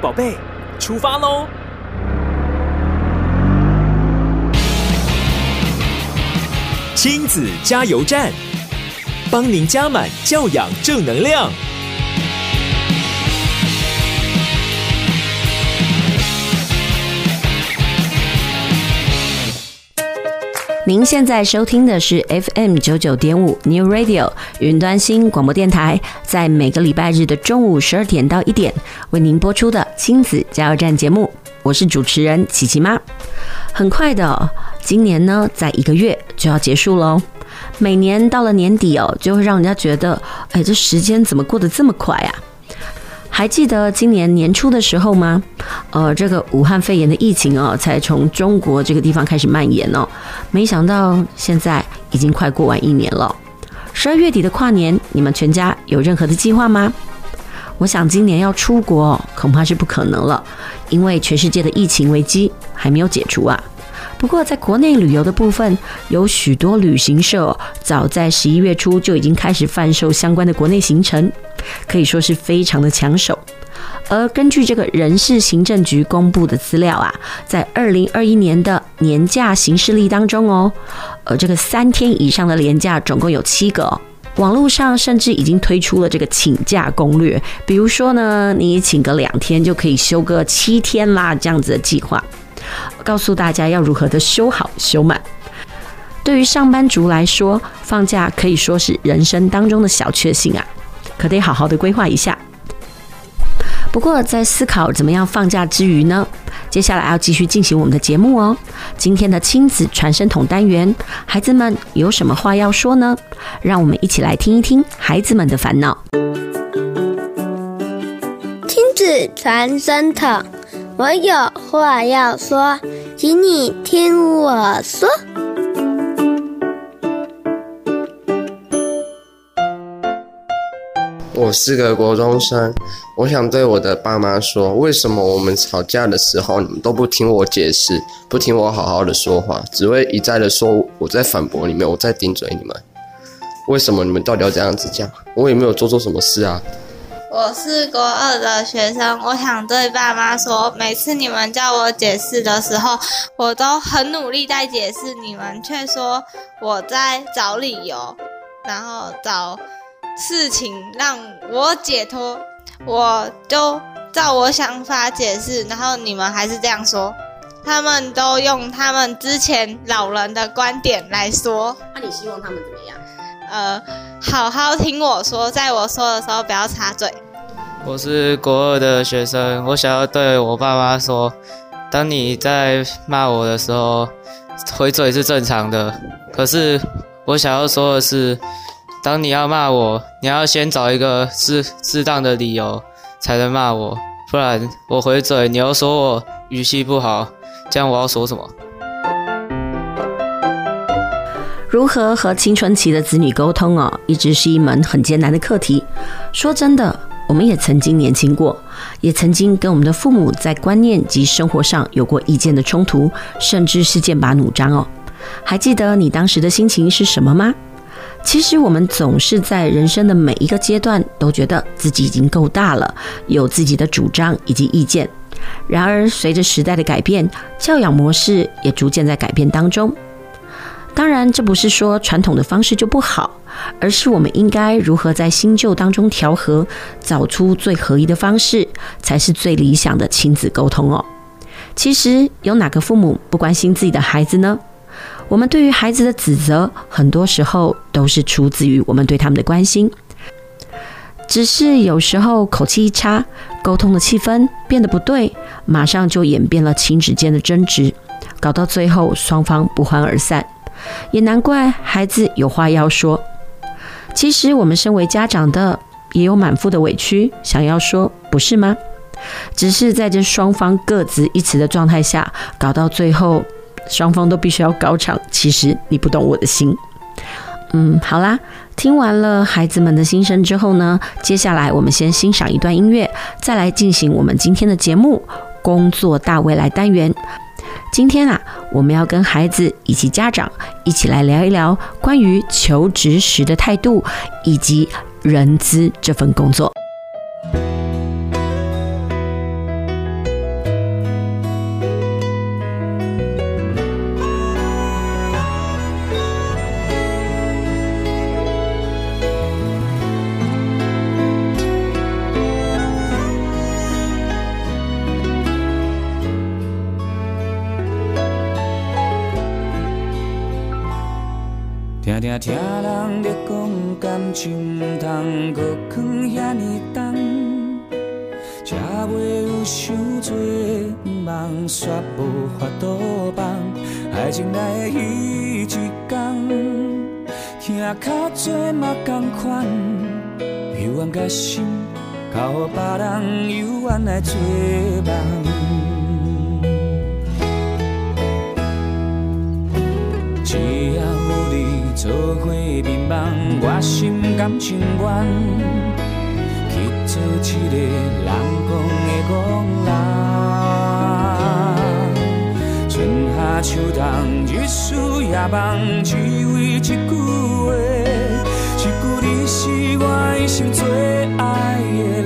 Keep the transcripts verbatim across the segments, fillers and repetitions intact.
宝贝，出发喽！亲子加油站，帮您加满教养正能量。 您现在收听的是 F M 九九点五 New Radio 云端新广播电台，在每个礼拜日的中午十二点到一点为您播出的亲子加油站节目，我是主持人琪琪妈。很快的、哦，今年呢，在一个月就要结束喽。每年到了年底哦，就会让人家觉得，哎，这时间怎么过得这么快啊？还记得今年年初的时候吗？呃，这个武汉肺炎的疫情哦，才从中国这个地方开始蔓延哦。没想到现在已经快过完一年了。十二月底的跨年，你们全家有任何的计划吗？我想今年要出国恐怕是不可能了，因为全世界的疫情危机还没有解除啊。不过在国内旅游的部分，有许多旅行社早在十一月初就已经开始贩售相关的国内行程，可以说是非常的抢手。而根据这个人事行政局公布的资料啊，在二零二一年的年假行事历当中哦，呃，这个三天以上的连假总共有七个哦。网络上甚至已经推出了这个请假攻略，比如说呢，你请个两天就可以休个七天啦，这样子的计划，告诉大家要如何的休好休满。对于上班族来说，放假可以说是人生当中的小确幸啊，可得好好的规划一下。不过在思考怎么样放假之余呢，接下来要继续进行我们的节目哦。今天的亲子传声筒单元，孩子们有什么话要说呢？让我们一起来听一听孩子们的烦恼。 亲子传声筒，我有话要说，请你听我说。 我是个国中生，我想对我的爸妈说，为什么我们吵架的时候，你们都不听我解释，不听我好好的说话，只会一再的说我在反驳你们，我在顶嘴你们？为什么你们到底要这样子讲？我也没有做错什么事啊。 我是国二的学生，我想对爸妈说，每次你们叫我解释的时候，我都很努力在解释，你们却说我在找理由，然后找事情让我解脱，我就照我想法解释，然后你们还是这样说。他们都用他们之前老人的观点来说。 那、啊、你希望他们怎么样？ 呃，好好听我说，在我说的时候不要插嘴。 我是国二的学生，我想要对我爸妈说，当你在骂我的时候，回嘴是正常的。可是我想要说的是，当你要骂我，你要先找一个适适当的理由才能骂我，不然我回嘴，你又说我语气不好，这样我要说什么？ 如何和青春期的子女沟通哦，一直是一门很艰难的课题。说真的，我们也曾经年轻过，也曾经跟我们的父母在观念及生活上有过意见的冲突，甚至是剑拔弩张哦。还记得你当时的心情是什么吗？其实我们总是在人生的每一个阶段都觉得自己已经够大了，有自己的主张以及意见。然而随着时代的改变，教养模式也逐渐在改变当中。当然这不是说传统的方式就不好，而是我们应该如何在新旧当中调和，找出最合宜的方式，才是最理想的亲子沟通哦。其实有哪个父母不关心自己的孩子呢？我们对于孩子的指责，很多时候都是出自于我们对他们的关心，只是有时候口气一差，沟通的气氛变得不对，马上就演变了亲子间的争执，搞到最后双方不欢而散。也难怪孩子有话要说。其实我们身为家长的也有满腹的委屈想要说，不是吗？只是在这双方各执一词的状态下，搞到最后双方都必须要高唱其实你不懂我的心。嗯，好啦，听完了孩子们的心声之后呢，接下来我们先欣赏一段音乐，再来进行我们今天的节目工作大未来单元。今天啊，我们要跟孩子以及家长一起来聊一聊关于求职时的态度，以及人资这份工作。 定定听人咧讲感情毋通搁藏遐尼重，才袂有伤多梦，煞无法度放，爱情来的迄一天，听较多嘛同款，幽暗甲心，靠予别人幽怨来做梦。只要有你做伙眠梦，我心甘情愿去做一个人讲的憨人。春夏秋冬，日思夜梦，只为一句话，一句你是我一生最爱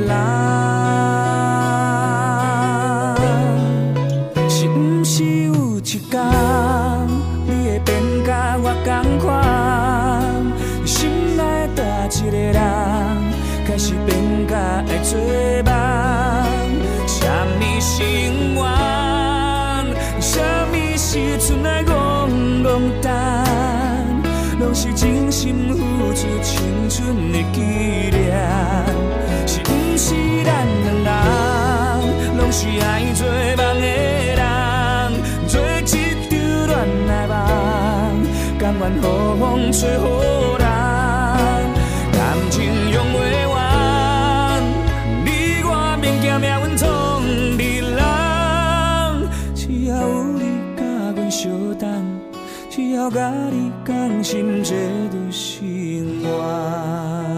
的人。是毋是有一天？我同款，心内大一个人，开始变甲爱做梦。什么是永远？什么时阵来戆戆等？拢是真心付出青春的纪念。是毋是咱两人，拢是爱做梦的人，做一场恋爱梦。甘愿予风吹予人，感情永袂完。你我免惊命运创日人，只要有你甲阮相等，只要甲你讲心，这就是我。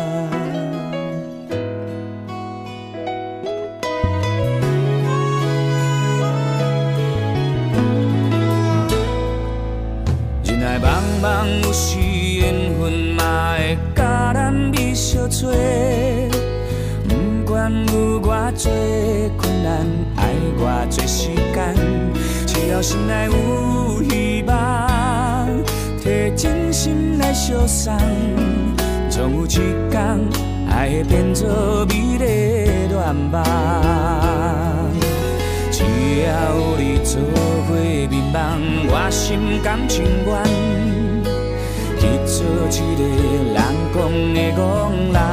梦有时缘分嘛会甲咱美相做，不管有偌多困难，爱偌多时间，只要心内有希望，摕真心来相送，总有一天爱会变作美丽恋梦。只要有你做伙眠梦，我心甘情愿。去做一个人讲的憨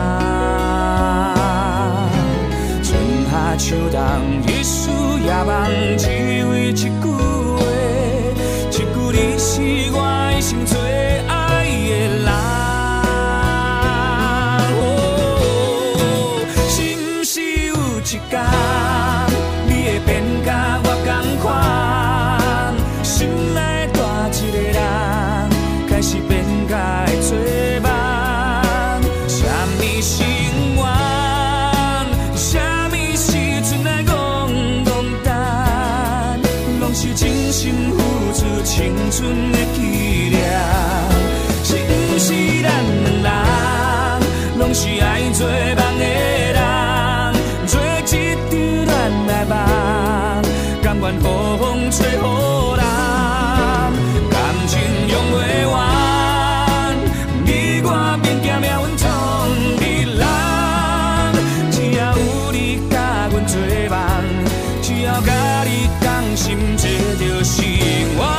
人，春夏秋冬，日思夜梦，只为一句话，一句你是我一生最爱的人。哦，是毋是有一天，你会变甲我同款，心内大一个人，开始变。爱做梦，什么是永远？什么时阵来戆戆等？拢是真心付出青春的纪念。是毋是咱两人，拢是爱做梦的人，做一场恋爱梦，甘愿予风吹予人，感情永袂完。命运创日人，只要有你甲阮做梦，只要甲你讲心，这就是我。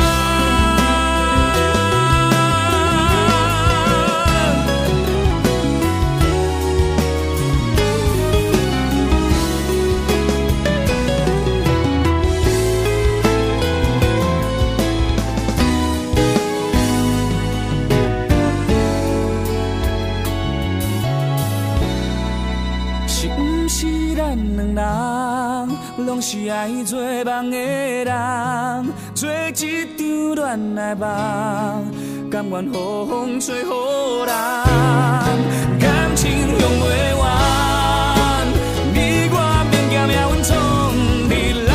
拢是爱做梦的人，做一场恋爱梦，甘愿予风吹予人，感情永袂完。你我免惊命运创日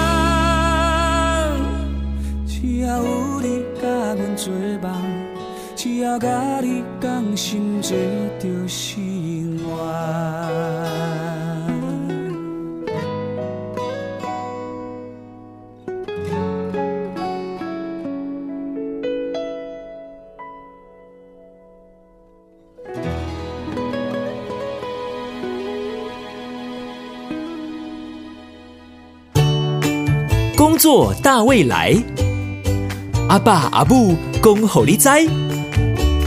人，只要有你甲阮做梦，只要甲你讲心，这就是我。 工作大未来，阿爸阿母讲互你知。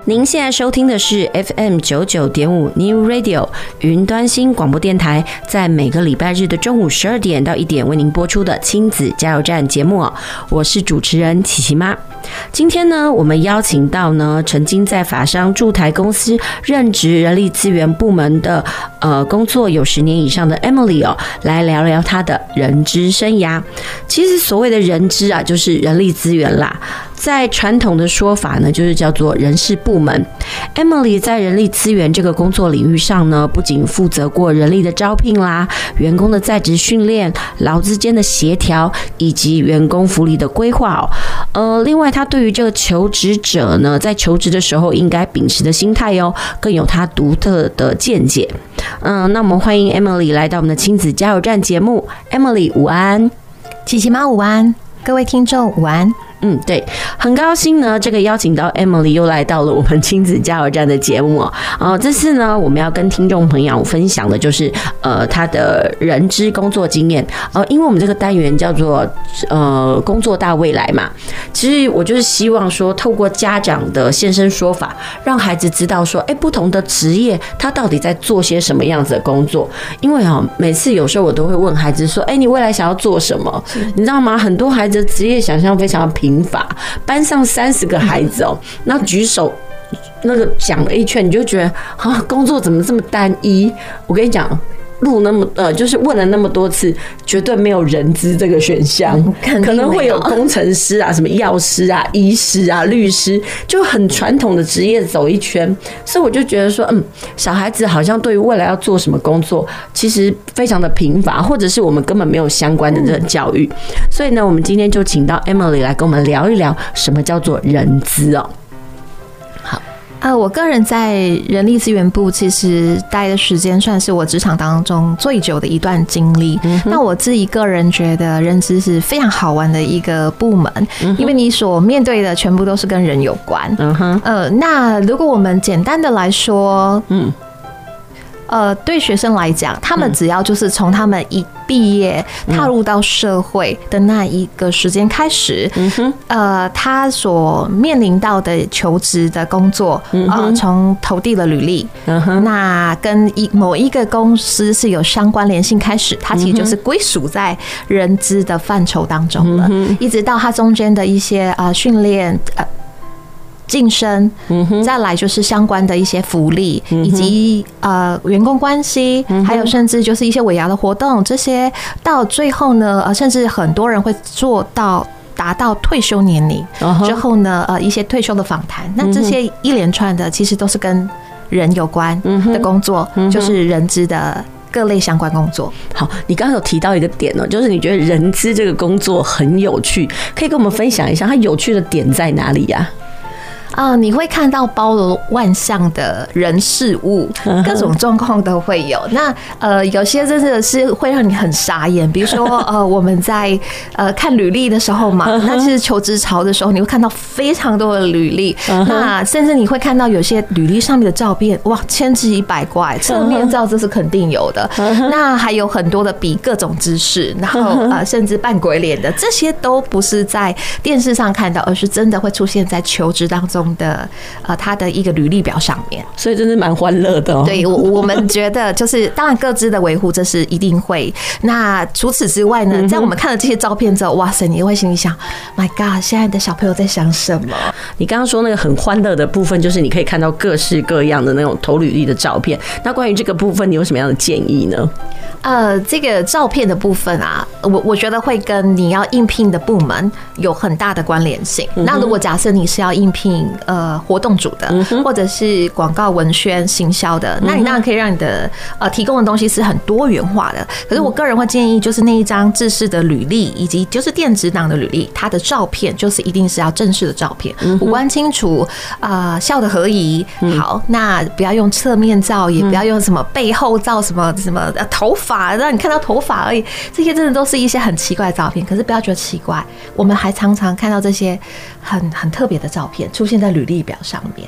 您现在收听的是 F M 九九点五 New Radio 云端新广播电台，在每个礼拜日的中午十二点到一点为您播出的亲子加油站节目哦，我是主持人琪琪妈。今天呢，我们邀请到呢曾经在法商驻台公司任职人力资源部门的呃工作有十年以上的 Emily 哦，来聊聊她的人资生涯。其实所谓的人资啊，就是人力资源啦。在传统的说法呢，就是叫做人事部门。Emily 在人力资源这个工作领域上呢，不仅负责过人力的招聘啦、员工的在职训练、劳资间的协调以及员工福利的规划哦。呃，另外他对于这个求职者呢，在求职的时候应该秉持的心态哦，更有他独特的见解。嗯、呃，那我们欢迎 Emily 来到我们的亲子加油站节目。Emily 午安， 琪琪妈午安，各位听众午安。 嗯，对，很高兴呢，这个邀请到 Emily 又来到了我们亲子加油站的节目哦。呃，这次呢，我们要跟听众朋友分享的就是呃他的人资工作经验。呃，因为我们这个单元叫做呃工作大未来嘛，其实我就是希望说，透过家长的现身说法，让孩子知道说，哎，不同的职业他到底在做些什么样子的工作。因为哦，每次有时候我都会问孩子说，哎，你未来想要做什么？你知道吗？很多孩子的职业想象非常的贫乏，班上三十个孩子哦，那举手那个讲了一圈，你就觉得啊，工作怎么这么单一？我跟你讲，录那么呃，就是问了那么多次，绝对没有人资这个选项，可能会有工程师啊、什么药师啊、医师啊、律师，就很传统的职业走一圈。所以我就觉得说，嗯，小孩子好像对于未来要做什么工作，其实非常的贫乏，或者是我们根本没有相关的这个教育。所以呢，我们今天就请到 Emily 来跟我们聊一聊，什么叫做人资哦。 呃，我个人在人力资源部其实待的时间算是我职场当中最久的一段经历。嗯、那我自己个人觉得人资是非常好玩的一个部门，嗯、因为你所面对的全部都是跟人有关。嗯哼，呃，那如果我们简单的来说，嗯。呃，对学生来讲，他们只要就是从他们一毕业踏入到社会的那一个时间开始，嗯、呃，他所面临到的求职的工作，呃，从投递了履历，嗯、那跟一某一个公司是有相关联性开始，它其实就是归属在人资的范畴当中了，嗯、一直到它中间的一些呃训练呃。晋升，再来就是相关的一些福利，以及呃员工关系，还有甚至就是一些尾牙的活动，这些到最后呢，呃，甚至很多人会做到达到退休年龄之后呢，呃，一些退休的访谈，那这些一连串的其实都是跟人有关的工作，就是人资的各类相关工作。 好，你刚刚有提到一个点哦，就是你觉得人资这个工作很有趣，可以跟我们分享一下它有趣的点在哪里呀？ 啊、呃，你会看到包罗万象的人事物，各种状况都会有。那呃，有些真的是会让你很傻眼，比如说呃，我们在呃看履历的时候嘛，那其实求职潮的时候，你会看到非常多的履历，那甚至你会看到有些履历上面的照片，哇，千奇百怪，侧面照这是肯定有的。那还有很多的比各种姿势，然后呃，甚至扮鬼脸的，这些都不是在电视上看到，而是真的会出现在求职当中的呃，他的一个履历表上面， 所以真是蛮欢乐的哦。 对，我我们觉得就是当然各自的维护这是一定会。那除此之外呢，在我们看了这些照片之后，哇塞，你会心里想 ，My God， 现在的小朋友在想什么？ 你刚刚说那个很欢乐的部分，就是你可以看到各式各样的那种投履历的照片。那关于这个部分，你有什么样的建议呢？ 呃，这个照片的部分啊，我我觉得会跟你要应聘的部门有很大的关联性。嗯、那如果假设你是要应聘呃活动组的，嗯、或者是广告文宣行销的，嗯、那你当然可以让你的呃提供的东西是很多元化的。可是我个人会建议，就是那一张制式的履历，以及就是电子档的履历，它的照片就是一定是要正式的照片，嗯、五官清楚，啊笑得合宜。嗯、好，那不要用侧面照，也不要用什么背后照，什么什么呃头发。让你看到头发而已，这些真的都是一些很奇怪的照片。可是不要觉得奇怪，我们还常常看到这些很很特别的照片出现在履历表上面。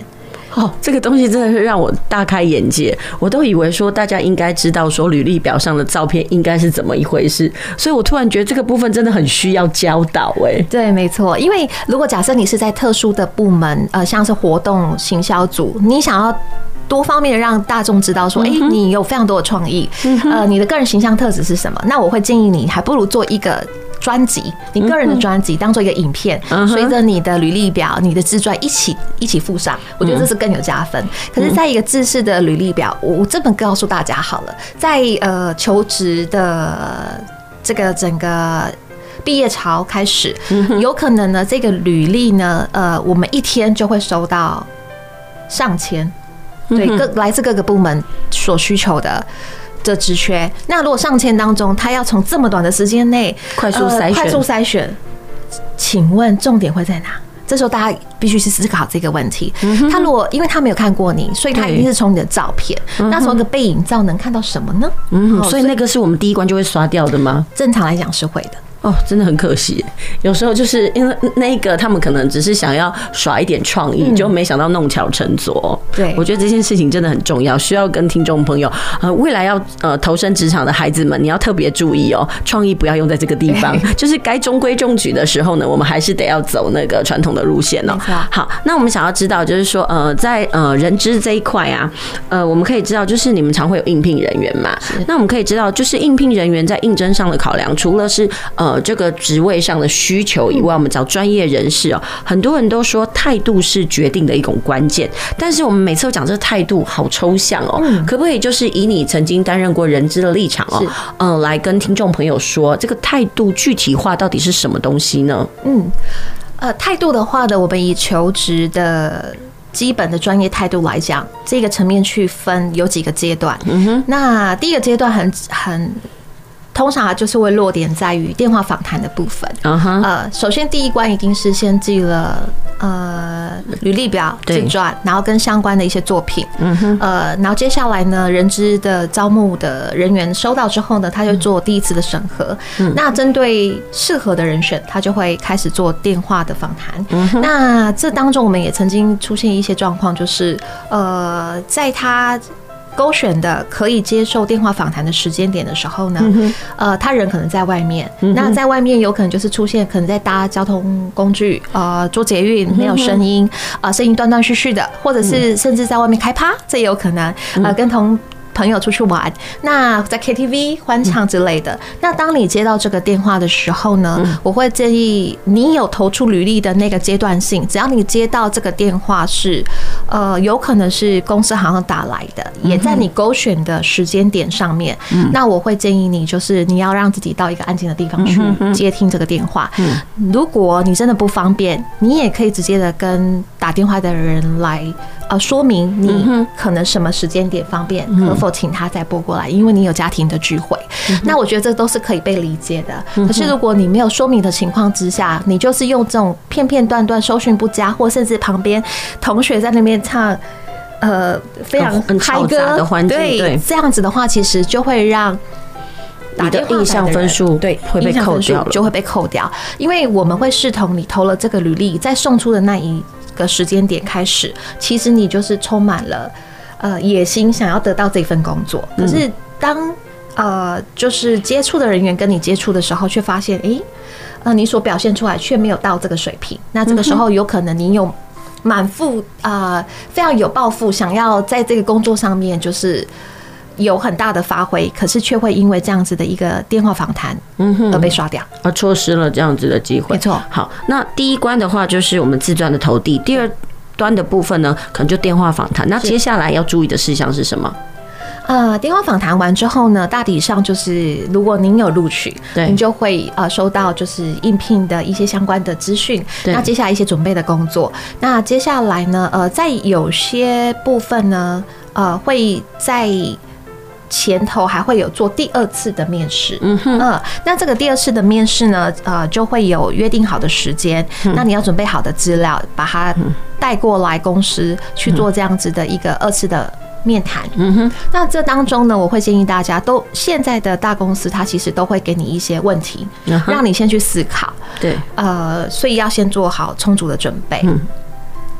哦，这个东西真的是让我大开眼界。我都以为说大家应该知道说履历表上的照片应该是怎么一回事，所以我突然觉得这个部分真的很需要教导。哎， 对，没错。因为如果假设你是在特殊的部门，呃，像是活动行销组，你想要多方面让大众知道说，哎、欸，你有非常多的创意，呃，你的个人形象特质是什么？那我会建议你，还不如做一个专辑，你个人的专辑当做一个影片，随着你的履历表、你的自传一起一起附上，我觉得这是更有加分。可是，在一个制式的履历表，我这么告诉大家好了，在呃求职的这个整个毕业潮开始，有可能呢，这个履历呢，呃，我们一天就会收到上千，对，各来自各个部门所需求的。的职缺，那如果上千当中，他要从这么短的时间内快速筛选， 快速筛选，请问重点会在哪？这时候大家必须去思考这个问题。他如果因为他没有看过你，所以他一定是从你的照片，那从一个背影照能看到什么呢？ 嗯，所以那个是我们第一关就会刷掉的吗？ 正常来讲是会的。 哦，真的很可惜。有时候就是因为那个他们可能只是想要耍一点创意，就没想到弄巧成拙。对，我觉得这件事情真的很重要，需要跟听众朋友，呃，未来要呃投身职场的孩子们，你要特别注意哦，创意不要用在这个地方。就是该中规中矩的时候呢，我们还是得要走那个传统的路线哦。好，那我们想要知道，就是说，呃，在呃人资这一块啊，呃，我们可以知道，就是你们常会有应聘人员嘛，那我们可以知道，就是应聘人员在应征上的考量，除了是呃。呃，这个职位上的需求以外，我们找专业人士哦。很多人都说态度是决定的一种关键，但是我们每次都讲这个态度好抽象哦，可不可以就是以你曾经担任过人资的立场哦，嗯、呃，来跟听众朋友说，这个态度具体化到底是什么东西呢？嗯， 呃，态度的话呢，我们以求职的基本的专业态度来讲，这个层面去分有几个阶段。嗯哼，那第一个阶段很很。通常就是会落点在于电话访谈的部分。Uh-huh. 呃，首先第一关一定是先寄了呃履历表、自传，然后跟相关的一些作品。嗯哼。呃，然后接下来呢，人资的招募的人员收到之后呢，他就做第一次的审核。嗯。那针对适合的人选，他就会开始做电话的访谈。嗯哼。那这当中我们也曾经出现一些状况，就是呃，在他勾选的可以接受电话访谈的时间点的时候呢，嗯、呃，他人可能在外面，嗯、那在外面有可能就是出现可能在搭交通工具，呃，坐捷运没有声音，呃，声音断断续续的，或者是甚至在外面开趴，这也有可能，呃，跟同朋友出去玩，那在 K T V 欢唱之类的。那当你接到这个电话的时候呢，我会建议你有投出履历的那个阶段性，只要你接到这个电话是，呃，有可能是公司行号打来的，也在你勾选的时间点上面，那我会建议你就是你要让自己到一个安静的地方去接听这个电话。如果你真的不方便，你也可以直接的跟打电话的人来呃说明你可能什么时间点方便，可否请他再拨过来，因为你有家庭的聚会。那我觉得这都是可以被理解的。可是如果你没有说明的情况之下，你就是用这种片片段段、收讯不佳，或甚至旁边同学在那边唱呃非常嗨歌的环境， 对，这样子的话，其实就会让你的印象分数对会被扣掉了， 就会被扣掉。因为我们会视同你投了这个履历，在送出的那一个时间点开始，其实你就是充满了呃野心，想要得到这份工作。可是当呃就是接触的人员跟你接触的时候，却发现，哎、欸，呃，你所表现出来却没有到这个水平。那这个时候有可能你有满腹啊、呃、非常有抱负，想要在这个工作上面就是有很大的发挥，可是却会因为这样子的一个电话访谈而被刷掉， 而错失了这样子的机会。 没错。 好，那第一关的话就是我们自传的投递，第二端的部分呢，可能就电话访谈。那接下来要注意的事项是什么？ 呃，电话访谈完之后呢，大体上就是如果您有录取，您就会呃收到就是应聘的一些相关的资讯。那接下来一些准备的工作，那接下来呢，呃，在有些部分呢，呃，会在前头还会有做第二次的面试。嗯哼，呃，那这个第二次的面试呢，呃，就会有约定好的时间，嗯、那你要准备好的资料，把它带过来公司去做这样子的一个二次的面谈。嗯哼，那这当中呢，我会建议大家都现在的大公司，它其实都会给你一些问题，嗯、让你先去思考。对，呃，所以要先做好充足的准备。嗯。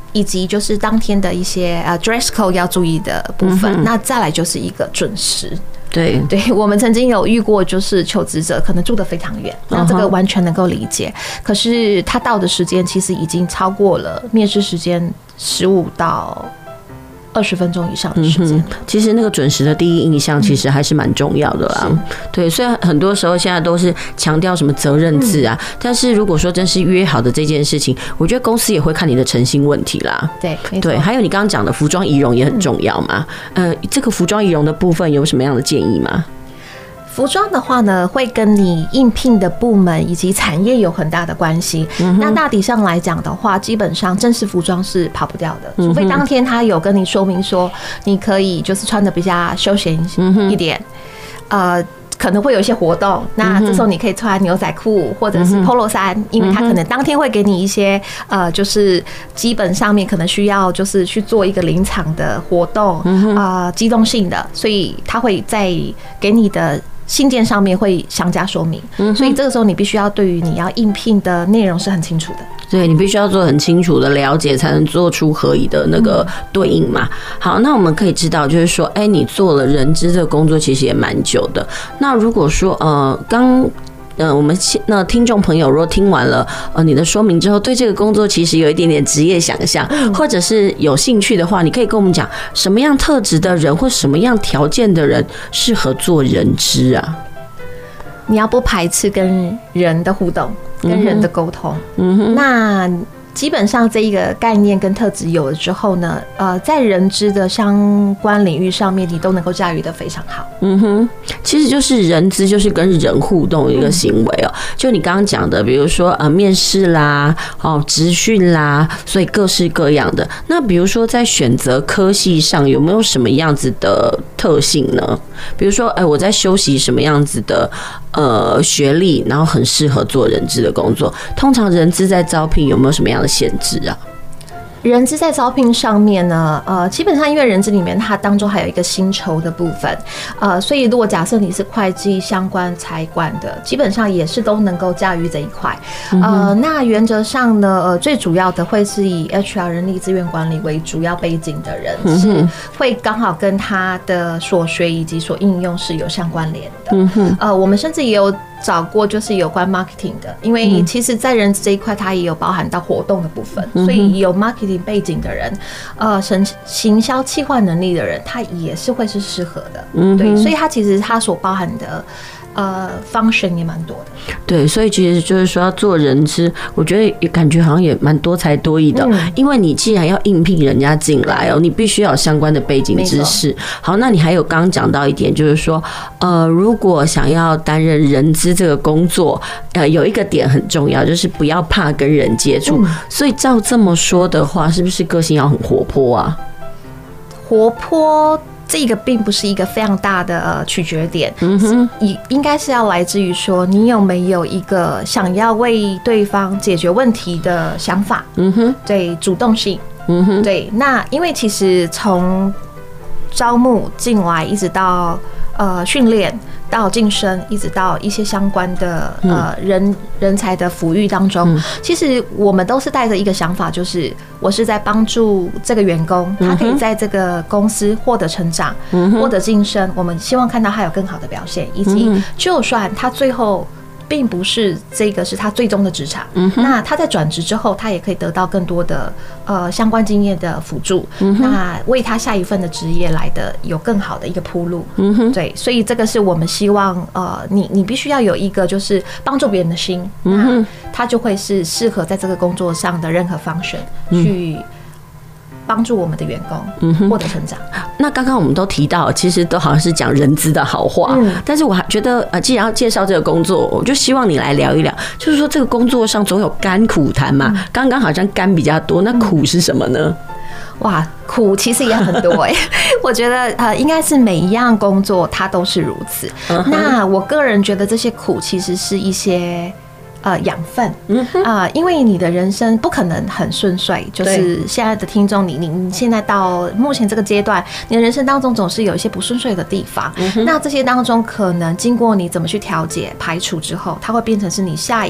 以及就是当天的一些呃 dress code 要注意的部分，嗯、那再来就是一个准时。 对对，我们曾经有遇过，就是求职者可能住得非常远，那这个完全能够理解。可是他到的时间其实已经超过了面试时间十五到二十分钟以上的时间、嗯。 其实那个准时的第一印象其实还是蛮重要的啦。嗯、对，虽然很多时候现在都是强调什么责任制啊、嗯，但是如果说真是约好的这件事情，我觉得公司也会看你的诚信问题啦。 对， 对，还有你刚刚讲的服装仪容也很重要嘛。嗯、呃，这个服装仪容的部分有什么样的建议吗？ 服装的话呢，会跟你应聘的部门以及产业有很大的关系、嗯。那大体上来讲的话，基本上正式服装是跑不掉的，除非当天他有跟你说明说，你可以就是穿的比较休闲一点，嗯、呃。可能会有一些活动，那这时候你可以穿牛仔裤或者是 polo 衫，因为他可能当天会给你一些呃，就是基本上面可能需要就是去做一个临场的活动啊、呃，机动性的，所以他会在给你的信件上面会详加说明，所以这个时候你必须要对于你要应聘的内容是很清楚的。 对，你必须要做很清楚的了解，才能做出合理的那个对应嘛。好，那我们可以知道，就是说，哎、欸，你做了人资这个工作其实也蛮久的。那如果说，呃，刚。呃，我们那听众朋友，如果听完了呃你的说明之后，对这个工作其实有一点点职业想象，或者是有兴趣的话，你可以跟我们讲什么样特质的人或什么样条件的人适合做人资啊？ 你要不排斥跟人的互动，跟人的沟通，嗯哼，那。基本上这一个概念跟特质有了之后呢，呃，在人资的相关领域上面，你都能够驾驭得非常好。 嗯哼，其实就是人资就是跟人互动的一个行为哦。就你刚刚讲的，比如说呃面试啦，哦职训啦，所以各式各样的。那比如说在选择科系上有没有什么样子的特性呢？比如说，哎、欸，我在修习什么样子的呃学历，然后很适合做人资的工作。通常人资在招聘有没有什么样的限制啊？ 人资在招聘上面呢，呃，基本上因为人资里面它当中还有一个薪酬的部分，呃，所以如果假设你是会计相关财管的，基本上也是都能够驾驭这一块。呃，那原则上呢，呃，最主要的会是以 H R 人力资源管理为主要背景的人，是会刚好跟他的所学以及所应用是有相关联的。呃，我们甚至也有找过就是有关 marketing 的，因为其实在人资这一块它也有包含到活动的部分，所以有 marketing背景的人，呃，行行销企划能力的人，他也是会是适合的。嗯，对，所以它其实它所包含的呃 function 也蛮多的。 对，所以其实就是说要做人资，我觉得也感觉好像也蛮多才多艺的、嗯，因为你既然要应聘人家进来哦，你必须要有相关的背景知识。好，那你还有刚刚讲到一点，就是说，呃，如果想要担任人资这个工作，呃，有一个点很重要，就是不要怕跟人接触、嗯。所以照这么说的话，是不是个性要很活泼啊？ 活泼。这个并不是一个非常大的呃取决点，嗯哼，应该是要来自于说你有没有一个想要为对方解决问题的想法，嗯哼，对，主动性，嗯哼，对。那因为其实从招募进来一直到呃训练到晋升，一直到一些相关的呃人人才的抚育当中，其实我们都是带着一个想法，就是我是在帮助这个员工，他可以在这个公司获得成长，获得晋升。我们希望看到他有更好的表现，以及就算他最后并不是这个是他最终的职场，那他在转职之后，他也可以得到更多的呃相关经验的辅助，那为他下一份的职业来的有更好的一个铺路。对，所以这个是我们希望呃你你必须要有一个就是帮助别人的心，那他就会是适合在这个工作上的任何function去帮助我们的员工获得成长。 嗯、那刚刚我们都提到，其实都好像是讲人资的好话，嗯、但是我还觉得，呃，既然要介绍这个工作，我就希望你来聊一聊，就是说这个工作上总有甘苦谈嘛。刚、嗯、刚好像甘比较多，那苦是什么呢？ 哇，苦其实也很多哎、欸，我觉得呃，应该是每一样工作它都是如此。嗯、那我个人觉得这些苦其实是一些。呃，养分啊、呃，因为你的人生不可能很顺遂，就是现在的听众，你你现在到目前这个阶段，你的人生当中总是有一些不顺遂的地方。嗯、那这些当中，可能经过你怎么去调节、排除之后，它会变成是你下一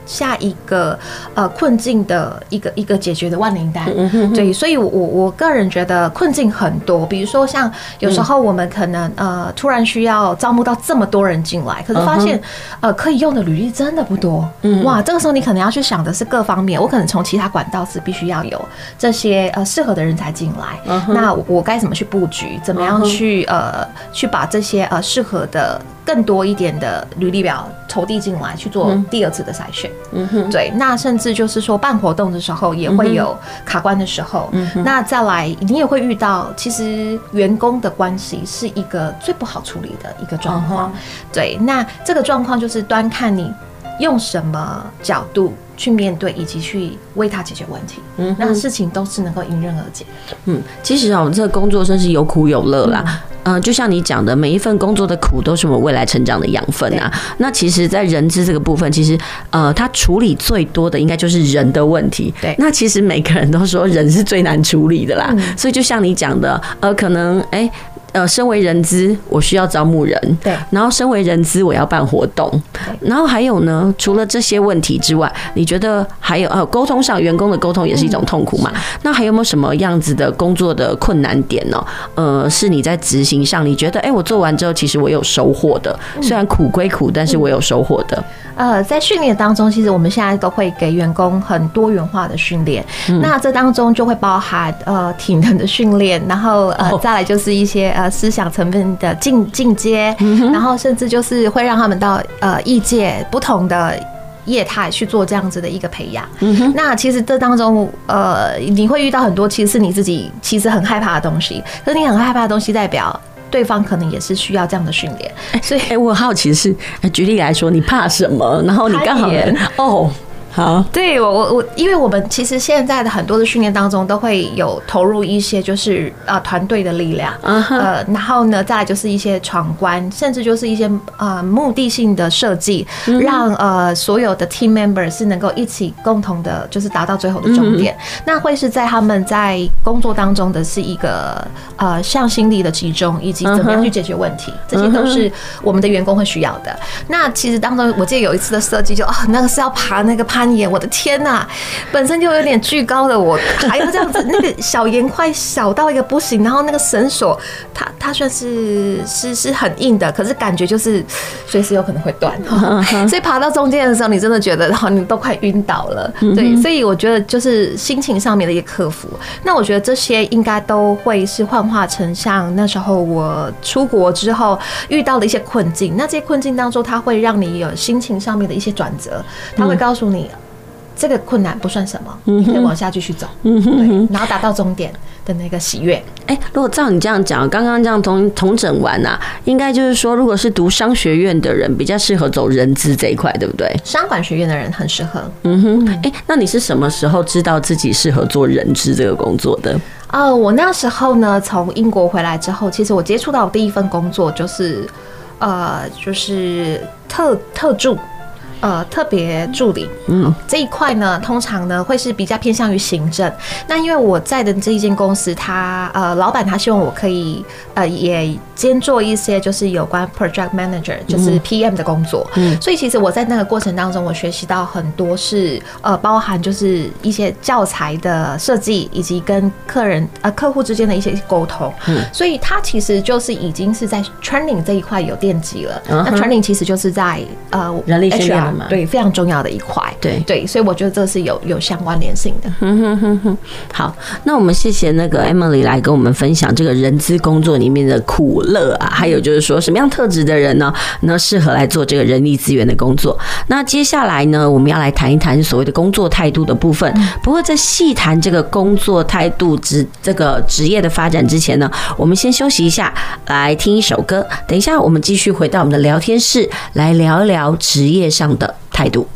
下一个呃困境的一个一个解决的万灵丹。对，所以我我个人觉得困境很多，比如说像有时候我们可能呃突然需要招募到这么多人进来，可是发现呃可以用的履历真的不多。哇，这个时候你可能要去想的是各方面，我可能从其他管道是必须要有这些呃适合的人才进来，那我该怎么去布局？怎么样去呃去把这些呃适合的更多一点的履历表投递进来，去做第二次的筛选。嗯哼，对，那甚至就是说办活动的时候也会有卡关的时候。嗯哼，那再来你也会遇到，其实员工的关系是一个最不好处理的一个状况。对，那这个状况就是端看你用什么角度去面对，以及去为他解决问题。嗯，那事情都是能够迎刃而解。 嗯，其实哦，这个工作真是有苦有乐啦。嗯嗯，就像你讲的，每一份工作的苦都是我们未来成长的养分啊。那其实，在人资这个部分，其实呃，他处理最多的应该就是人的问题。对，那其实每个人都说人是最难处理的啦。嗯、所以就像你讲的，呃，可能哎。欸呃，身为人资，我需要招募人，对，然后身为人资，我要办活动，然后还有呢，除了这些问题之外，你觉得还有呃，沟通上员工的沟通也是一种痛苦嘛？嗯、那还有没有什么样子的工作的困难点呢？呃，是你在执行上，你觉得哎、欸，我做完之后，其实我有收获的，虽然苦归苦，但是我有收获的。 呃，在训练当中，其实我们现在都会给员工很多元化的训练，嗯、那这当中就会包含呃体能的训练，然后呃再来就是一些呃思想层面的进进阶，嗯、然后甚至就是会让他们到呃业界不同的业态去做这样子的一个培养。嗯、那其实这当中呃你会遇到很多其实是你自己其实很害怕的东西，可是你很害怕的东西代表对方可能也是需要这样的训练，所以哎、欸，我好奇的是，举例来说，你怕什么？然后你刚好哦。好， 对我我我，因为我们其实现在的很多的训练当中都会有投入一些就是呃团队的力量， uh-huh. 呃，然后呢再来就是一些闯关，甚至就是一些呃目的性的设计，嗯、让呃所有的 team member 是能够一起共同的，就是达到最后的终点。嗯、那会是在他们在工作当中的是一个呃向心力的集中，以及怎么样去解决问题， uh-huh. 这些都是我们的员工会需要的。那其实当中，我记得有一次的设计就，就哦那个是要爬那个攀。我的天哪、啊，本身就有点巨高的我，还要这样子，那个小岩块小到一个不行，然后那个绳索，它它算是是是很硬的，可是感觉就是随时有可能会断，所以爬到中间的时候，你真的觉得，然后你都快晕倒了。对，所以我觉得就是心情上面的一个克服。那我觉得这些应该都会是幻化成像那时候我出国之后遇到的一些困境，那这些困境当中，它会让你有心情上面的一些转折，它会告诉你。这个困难不算什么，你可以往下继续走，嗯、对，然后达到终点的那个喜悦。 哎、欸，如果照你这样讲，刚刚这样统统整完啊，应该就是说，如果是读商学院的人，比较适合走人资这一块，对不对？ 商管学院的人很适合。 嗯哼，哎、欸，那你是什么时候知道自己适合做人资这个工作的？ 哦，我那时候呢，从英国回来之后，其实我接触到我第一份工作就是，呃，就是特特助。呃，特别助理，嗯，这一块呢，通常呢会是比较偏向于行政。那因为我在的这一间公司，他呃，老板他希望我可以呃，也兼做一些就是有关 project manager， 就是 P M 的工作。嗯，所以其实我在那个过程当中，我学习到很多是呃，包含就是一些教材的设计，以及跟客人呃客户之间的一些沟通。嗯，所以他其实就是已经是在 training 这一块有奠基了。嗯、那 training 其实就是在呃人力训练。 对，非常重要的一块。对对，所以我觉得这是有有相关联性的。 哼哼哼哼。好，那我们谢谢那个 Emily 来跟我们分享这个人资工作里面的苦乐啊，还有就是说什么样特质的人呢，那适合来做这个人力资源的工作。那接下来呢，我们要来谈一谈所谓的工作态度的部分。不过在细谈这个工作态度职这个职业的发展之前呢，我们先休息一下，来听一首歌。等一下我们继续回到我们的聊天室，来聊一聊职业上的态度。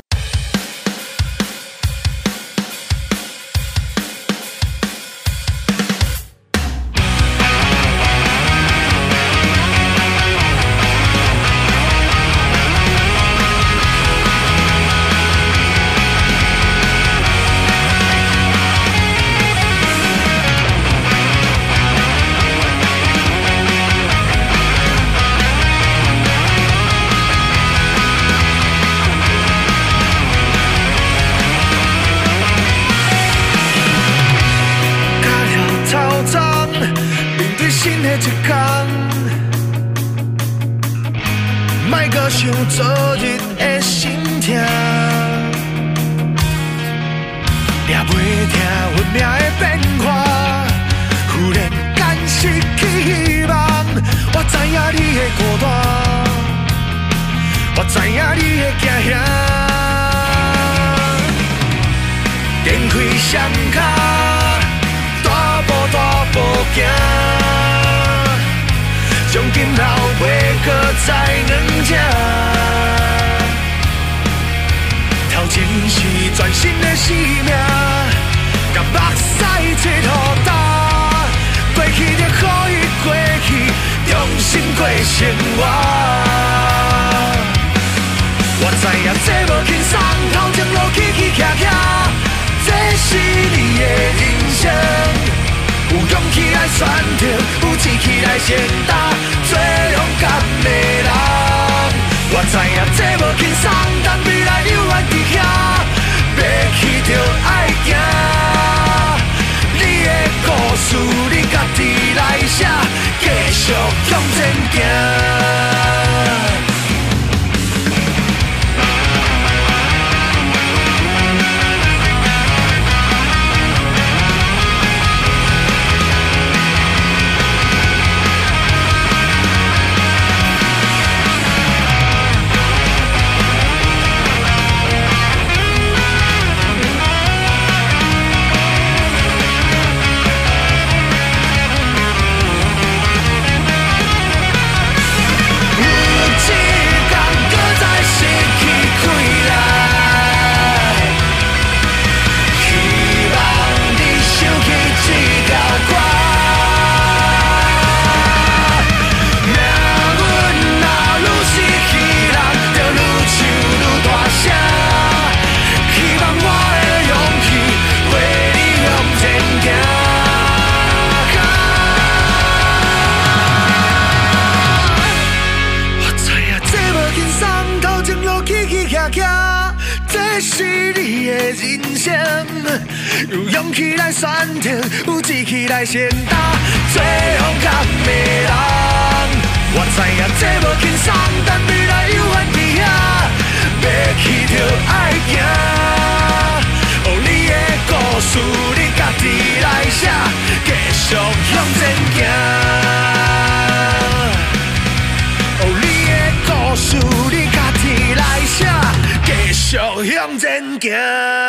像昨日的心痛，抓袂定运命的变化，忽然间失去希望。我知影你的孤单，我知影你的惊吓，展开双脚，大步大步行。从今后袂搁再两者，头前是全新的生命，甲目屎切互干，过去就可以过去，重新过生活。我知影这无轻松，头前路起起徛徛，这是你的人生。有勇气来选择，有志气来承担，做勇敢的人。我知影这无轻松，但未来永远伫遐，要去就爱行。你的故事你家己来写，继续向前行。这是你的人生，有勇气来选择，有志气来承担，做勇敢的人。我知影这无轻松，但未来永远伫遐，要去就爱行。哦，你的故事你家己来写，继续向前行。哦，你的故事你家己来写。继续向前行。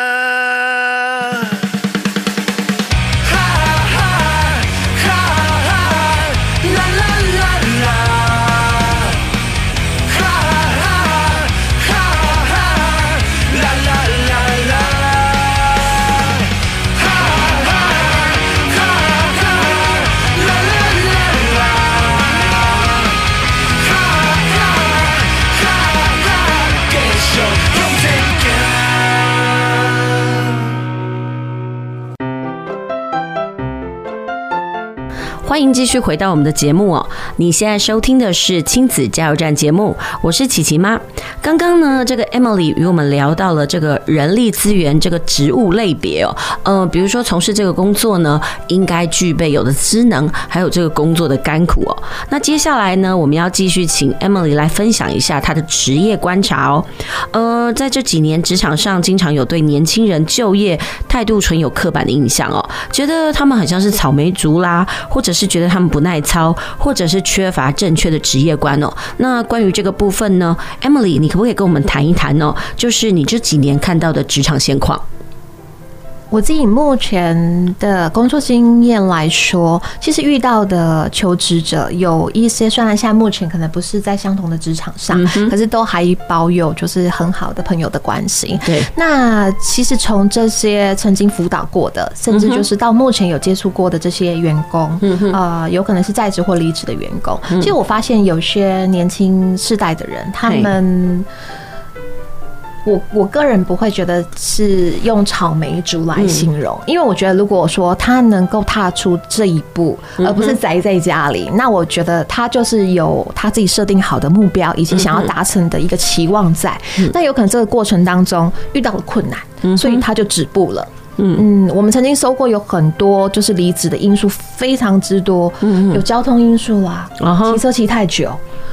欢迎继续回到我们的节目哦。你现在收听的是亲子加油站节目，我是琪琪妈。刚刚呢，这个 Emily 与我们聊到了这个人力资源这个职务类别哦，呃，比如说从事这个工作呢，应该具备有的职能，还有这个工作的甘苦哦。那接下来呢，我们要继续请 Emily 来分享一下她的职业观察哦。呃，在这几年职场上，经常有对年轻人就业态度存有刻板的印象哦，觉得他们很像是草莓族啦，或者是觉得他们不耐操，或者是缺乏正确的职业观哦。那关于这个部分呢 ，Emily， 你可不可以跟我们谈一谈哦？就是你这几年看到的职场现况。 我自己目前的工作经验来说，其实遇到的求职者有一些，虽然现在目前可能不是在相同的职场上，嗯、可是都还保有就是很好的朋友的关系。对，那其实从这些曾经辅导过的，甚至就是到目前有接触过的这些员工，嗯、呃，有可能是在职或离职的员工，嗯、其实我发现有些年轻世代的人，他们。我我个人不会觉得是用草莓族来形容，嗯、因为我觉得如果说他能够踏出这一步，嗯、而不是宅在家里，那我觉得他就是有他自己设定好的目标以及想要达成的一个期望在。嗯、那有可能这个过程当中遇到了困难，嗯、所以他就止步了。嗯嗯，我们曾经收过有很多就是离职的因素非常之多，嗯、有交通因素啊，骑车骑太久。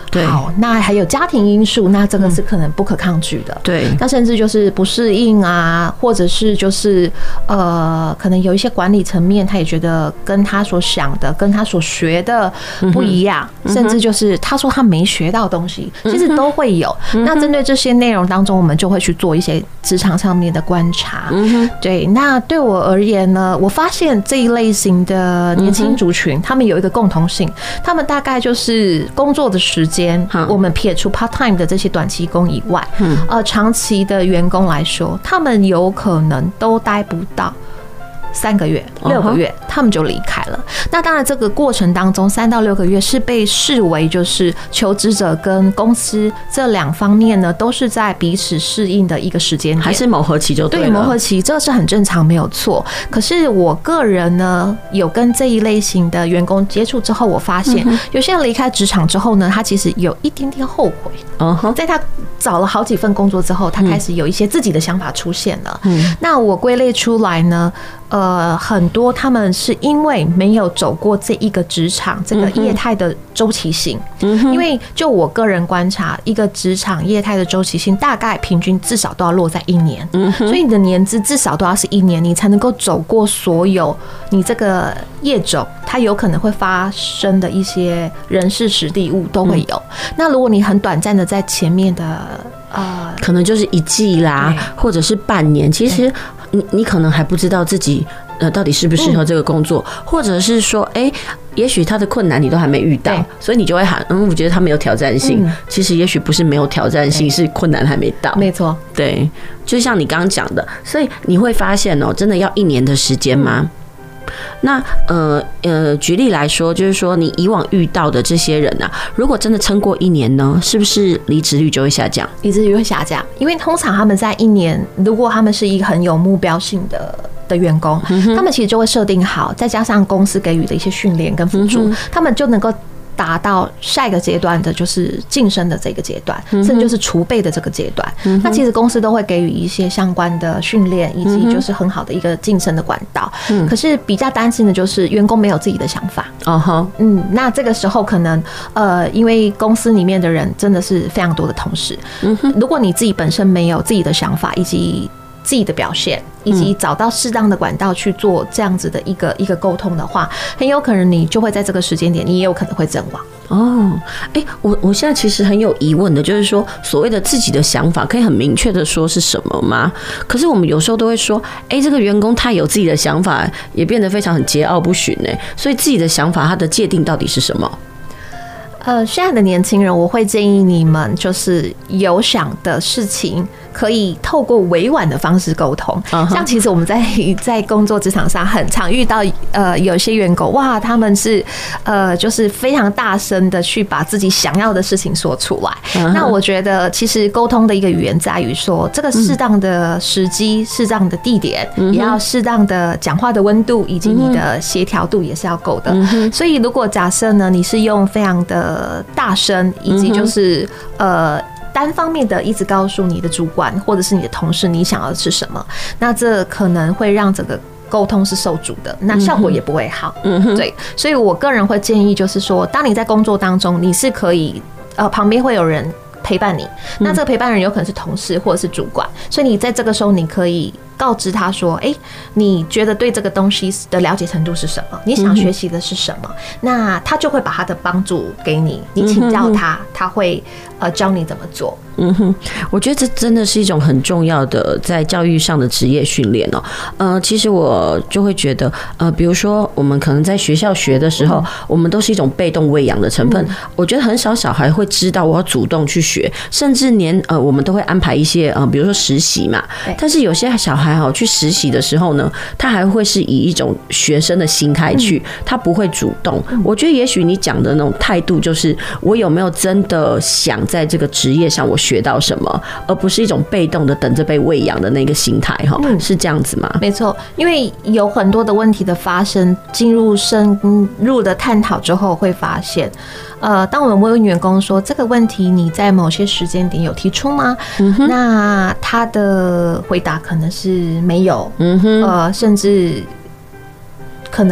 对， 好，那还有家庭因素，那这个是可能不可抗拒的。 对， 那甚至就是不适应啊，或者是就是呃，可能有一些管理层面，他也觉得跟他所想的、跟他所学的不一样，嗯、甚至就是他说他没学到东西，嗯、其实都会有。嗯、那针对这些内容当中，我们就会去做一些职场上面的观察。嗯、对，那对我而言呢，我发现这一类型的年轻族群，嗯、他们有一个共同性，他们大概就是工作的时间，我们撇除 part time 的这些短期工以外，嗯、呃，长期的员工来说，他们有可能都待不到三个月、六个月，他们就离开了。那当然，这个过程当中，三到六个月是被视为就是求职者跟公司这两方面呢，都是在彼此适应的一个时间点， 还是磨合期就对了。 对，磨合期这个是很正常，没有错。可是我个人呢，有跟这一类型的员工接触之后，我发现、嗯、有些人离开职场之后呢，他其实有一点点后悔。嗯、在他找了好几份工作之后，他开始有一些自己的想法出现了。嗯、那我归类出来呢，呃，很多他们是因为没有走过这一个职场这个业态的周期性，嗯、因为就我个人观察，一个职场业态的周期性大概平均至少都要落在一年，嗯、所以你的年资至少都要是一年，你才能够走过所有你这个业种它有可能会发生的一些人事时地物都会有。嗯、那如果你很短暂的在前面的呃， 可能就是一季啦，或者是半年，其实你你可能还不知道自己呃到底适不适合这个工作，嗯、或者是说，哎、欸，也许他的困难你都还没遇到，所以你就会喊，嗯，我觉得他没有挑战性。嗯、其实也许不是没有挑战性，是困难还没到。 没错， 对，就像你刚刚讲的，所以你会发现哦、喔，真的要一年的时间吗？嗯那呃呃，举例来说，就是说你以往遇到的这些人啊，如果真的撑过一年呢，是不是离职率就会下降？ 离职率会下降，因为通常他们在一年，如果他们是一个很有目标性的的员工，嗯、他们其实就会设定好，再加上公司给予的一些训练跟辅助，嗯、他们就能够达到下一个阶段的，就是晋升的这个阶段，甚至就是储备的这个阶段。嗯、那其实公司都会给予一些相关的训练，以及就是很好的一个晋升的管道。嗯、可是比较担心的就是员工没有自己的想法。哦哈，嗯，那这个时候可能呃，因为公司里面的人真的是非常多的同事，嗯、如果你自己本身没有自己的想法，以及自己的表现，以及找到适当的管道去做这样子的一个一个沟通的话，很有可能你就会在这个时间点，你也有可能会阵亡。 哦，哎、欸，我我现在其实很有疑问的，就是说所谓的自己的想法，可以很明确的说是什么吗？可是我们有时候都会说，哎、欸，这个员工他有自己的想法，也变得非常很桀骜不驯哎，所以自己的想法，他的界定到底是什么？ 呃，现在的年轻人，我会建议你们就是有想的事情，可以透过委婉的方式沟通。Uh-huh. 像其实我们在在工作职场上很常遇到，呃，有些员工哇，他们是呃，就是非常大声的去把自己想要的事情说出来。Uh-huh. 那我觉得，其实沟通的一个语言在于说，这个适当的时机、适当的地点，嗯、也要适当的讲话的温度，以及你的协调度也是要够的。嗯、所以，如果假设呢，你是用非常的大声，以及就是呃单方面的一直告诉你的主管或者是你的同事你想要的是什么，那这可能会让整个沟通是受阻的，那效果也不会好。嗯，对，所以我个人会建议就是说，当你在工作当中，你是可以呃旁边会有人陪伴你，那这个陪伴人有可能是同事或者是主管，所以你在这个时候你可以告知他说，哎、欸，你觉得对这个东西的了解程度是什么？你想学习的是什么？嗯、那他就会把他的帮助给你，你请教他，嗯、他会呃教你怎么做。 嗯哼，我觉得这真的是一种很重要的在教育上的职业训练哦。呃，其实我就会觉得，呃，比如说我们可能在学校学的时候，嗯、我们都是一种被动喂养的成分。嗯、我觉得很少小孩会知道我要主动去学，甚至连呃我们都会安排一些呃，比如说实习嘛。但是有些小孩哈去实习的时候呢，他还会是以一种学生的心态去，嗯、他不会主动。嗯、我觉得也许你讲的那种态度，就是我有没有真的想在这个职业上我学到什么，而不是一种被动的等着被喂养的那个心态，哈，是这样子吗？ 没错，因为有很多的问题的发生，进入深入的探讨之后，会发现，呃，当我们问员工说这个问题你在某些时间点有提出吗？嗯、那他的回答可能是没有，嗯、呃，甚至可能